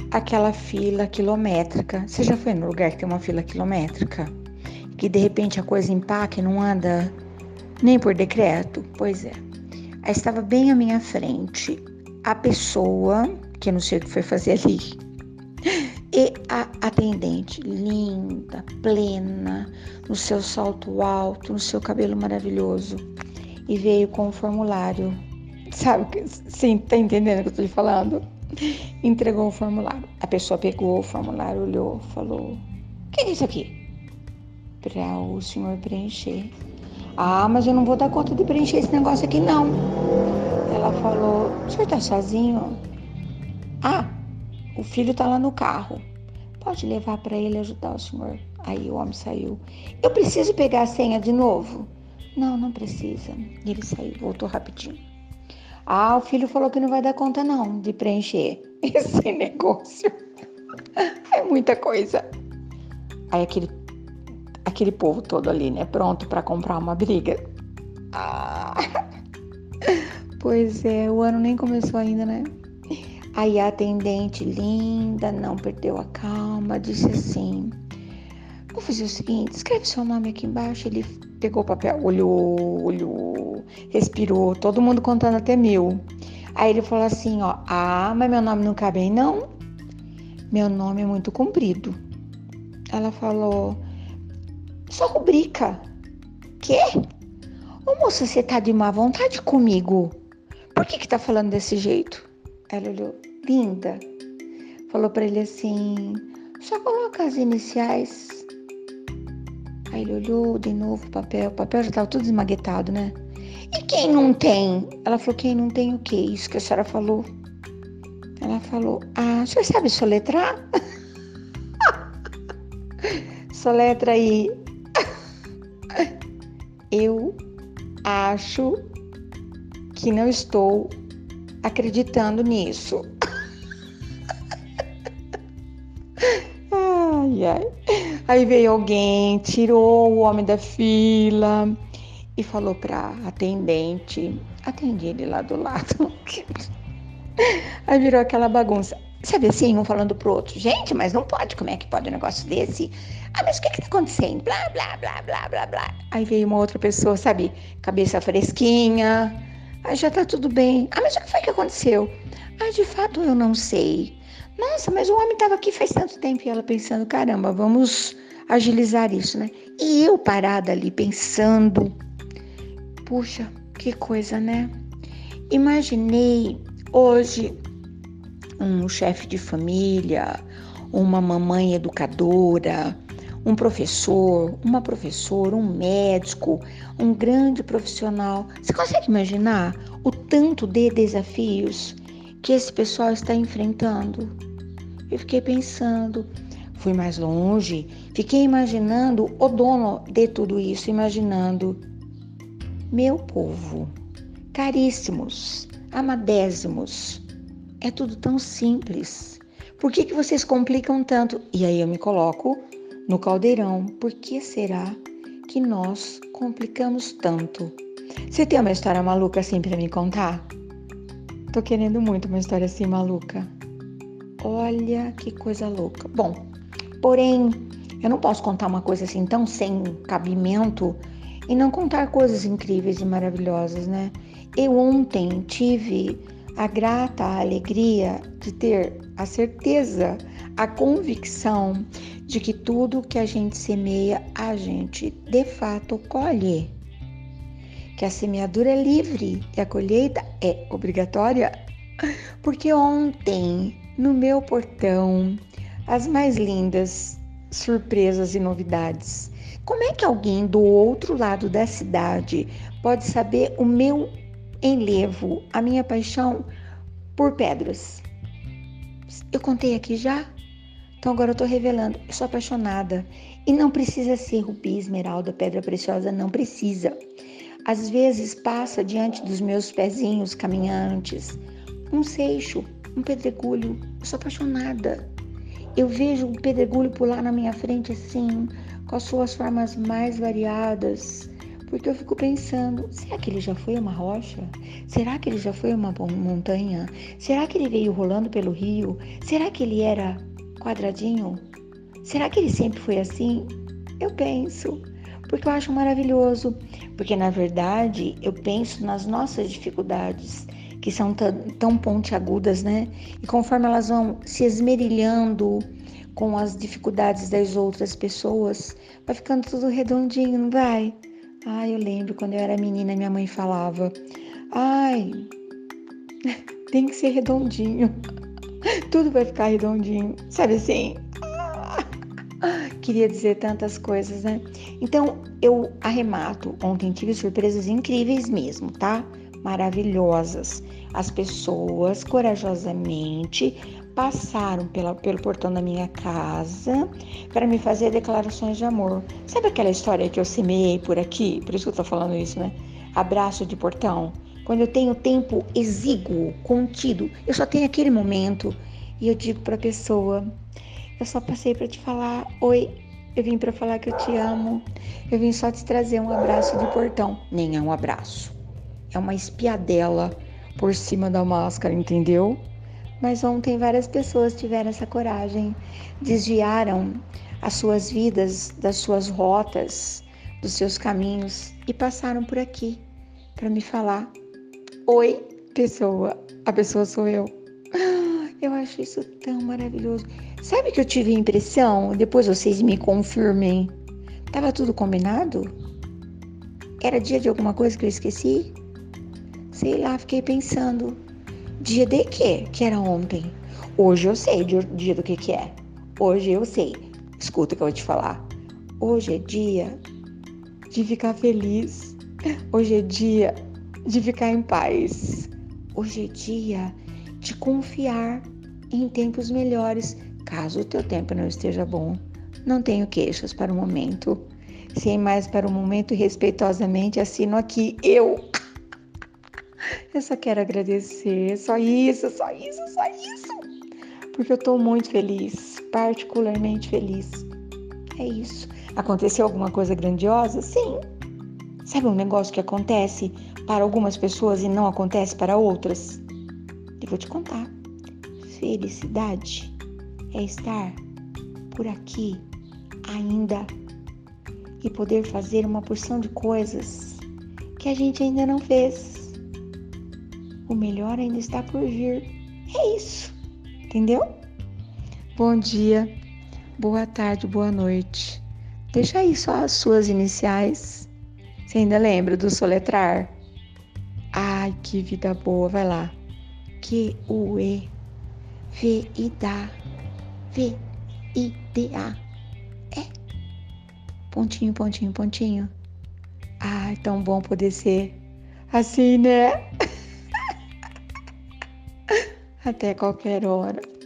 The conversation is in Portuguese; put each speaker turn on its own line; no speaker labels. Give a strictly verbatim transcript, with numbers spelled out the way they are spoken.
aquela fila quilométrica. Você já foi no lugar que tem uma fila quilométrica? Que de repente a coisa empaca e não anda nem por decreto? Pois é. Aí estava bem à minha frente a pessoa, que eu não sei o que foi fazer ali, e a atendente, linda, plena, no seu salto alto, no seu cabelo maravilhoso, e veio com o formulário. Sabe, sim, tá entendendo o que eu tô te falando? Entregou o formulário. A pessoa pegou o formulário, olhou, falou: o que é isso aqui? Para o senhor preencher. Ah, mas eu não vou dar conta de preencher esse negócio aqui, não. Ela falou: o senhor tá sozinho? Ah, o filho tá lá no carro. Pode levar para ele ajudar o senhor. Aí o homem saiu. Eu preciso pegar a senha de novo? Não, não precisa. Ele saiu, voltou rapidinho. Ah, o filho falou que não vai dar conta não de preencher esse negócio. É muita coisa. Aí aquele, aquele povo todo ali, né? Pronto para comprar uma briga. Ah, pois é, o ano nem começou ainda, né? Aí a atendente linda, não perdeu a calma, disse assim: vou fazer o seguinte, escreve seu nome aqui embaixo. Ele pegou o papel, olhou, olhou, respirou, todo mundo contando até mil. Aí ele falou assim, ó: ah, mas meu nome não cabe aí, não? Meu nome é muito comprido. Ela falou: só rubrica. Quê? Ô moça, você tá de má vontade comigo? Por que que tá falando desse jeito? Ela olhou: linda. Falou pra ele assim: só coloca as iniciais. Aí ele olhou de novo o papel. O papel já tava tudo esmaguetado, né? E quem não tem? Ela falou: quem não tem o quê? Isso que a senhora falou. Ela falou: ah, a senhora sabe soletrar? Soletra aí. Eu acho que não estou acreditando nisso. Ai, ai. Aí veio alguém, tirou o homem da fila e falou pra atendente, atende ele lá do lado. Aí virou aquela bagunça. Sabe assim, um falando pro outro: gente, mas não pode, como é que pode um negócio desse? Ah, mas o que que tá acontecendo? Blá, blá, blá, blá, blá, blá. Aí veio uma outra pessoa, sabe, cabeça fresquinha. Aí já tá tudo bem. Ah, mas o que foi que aconteceu? Ah, de fato eu não sei. Nossa, mas o homem tava aqui faz tanto tempo. E ela pensando: caramba, vamos agilizar isso, né? E eu parada ali pensando: puxa, que coisa, né? Imaginei hoje um chefe de família, uma mamãe educadora, um professor, uma professora, um médico, um grande profissional. Você consegue imaginar o tanto de desafios que esse pessoal está enfrentando? Eu fiquei pensando, fui mais longe, fiquei imaginando o dono de tudo isso, imaginando: meu povo, caríssimos, amadésimos, é tudo tão simples. Por que que vocês complicam tanto? E aí eu me coloco no caldeirão. Por que será que nós complicamos tanto? Você tem uma história maluca assim pra me contar? Tô querendo muito uma história assim maluca. Olha que coisa louca. Bom, porém, eu não posso contar uma coisa assim tão sem cabimento e não contar coisas incríveis e maravilhosas, né? Eu ontem tive a grata alegria de ter a certeza, a convicção de que tudo que a gente semeia, a gente de fato colhe. Que a semeadura é livre e a colheita é obrigatória. Porque ontem, no meu portão, as mais lindas surpresas e novidades. Como é que alguém do outro lado da cidade pode saber o meu enlevo, a minha paixão por pedras? Eu contei aqui já? Então agora eu tô revelando. Eu sou apaixonada. E não precisa ser rubi, esmeralda, pedra preciosa, não precisa. Às vezes passa diante dos meus pezinhos caminhantes um seixo, um pedregulho. Eu sou apaixonada. Eu vejo um pedregulho pular na minha frente assim, com as suas formas mais variadas. Porque eu fico pensando, será que ele já foi uma rocha? Será que ele já foi uma montanha? Será que ele veio rolando pelo rio? Será que ele era quadradinho? Será que ele sempre foi assim? Eu penso, porque eu acho maravilhoso. Porque, na verdade, eu penso nas nossas dificuldades, que são tão, tão pontiagudas, né? E conforme elas vão se esmerilhando com as dificuldades das outras pessoas, vai ficando tudo redondinho, não vai? Ai, eu lembro quando eu era menina, minha mãe falava, ai, tem que ser redondinho, tudo vai ficar redondinho, sabe assim? Queria dizer tantas coisas, né? Então, eu arremato. Ontem tive surpresas incríveis mesmo, tá? Maravilhosas. As pessoas corajosamente passaram pela, pelo portão da minha casa para me fazer declarações de amor. Sabe aquela história que eu semeei por aqui? Por isso que eu tô falando isso, né? Abraço de portão. Quando eu tenho tempo exíguo, contido, eu só tenho aquele momento e eu digo para a pessoa, eu só passei para te falar, oi, eu vim para falar que eu te amo, eu vim só te trazer um abraço de portão. Nem é um abraço, é uma espiadela por cima da máscara, entendeu? Mas ontem várias pessoas tiveram essa coragem, desviaram as suas vidas das suas rotas, dos seus caminhos e passaram por aqui para me falar, oi, pessoa, a pessoa sou eu. Eu acho isso tão maravilhoso. Sabe que eu tive a impressão, depois vocês me confirmem, tava tudo combinado? Era dia de alguma coisa que eu esqueci? Sei lá, fiquei pensando. Dia de quê? Que era ontem. Hoje eu sei dia do que que é. Hoje eu sei. Escuta o que eu vou te falar. Hoje é dia de ficar feliz. Hoje é dia de ficar em paz. Hoje é dia de confiar em tempos melhores. Caso o teu tempo não esteja bom, não tenho queixas para o momento. Sem mais para o momento, respeitosamente assino aqui eu. Eu só quero agradecer, só isso, só isso, só isso. Porque eu tô muito feliz, particularmente feliz. É isso. Aconteceu alguma coisa grandiosa? Sim. Sabe um negócio que acontece para algumas pessoas e não acontece para outras? Eu vou te contar. Felicidade é estar por aqui ainda e poder fazer uma porção de coisas que a gente ainda não fez. O melhor ainda está por vir. É isso, entendeu? Bom dia, boa tarde, boa noite. Deixa aí só as suas iniciais. Você ainda lembra do soletrar? Ai, que vida boa, vai lá. Q U E V I D A V I D A É. Pontinho, pontinho, pontinho. Ai, tão bom poder ser assim, né? Até qualquer hora.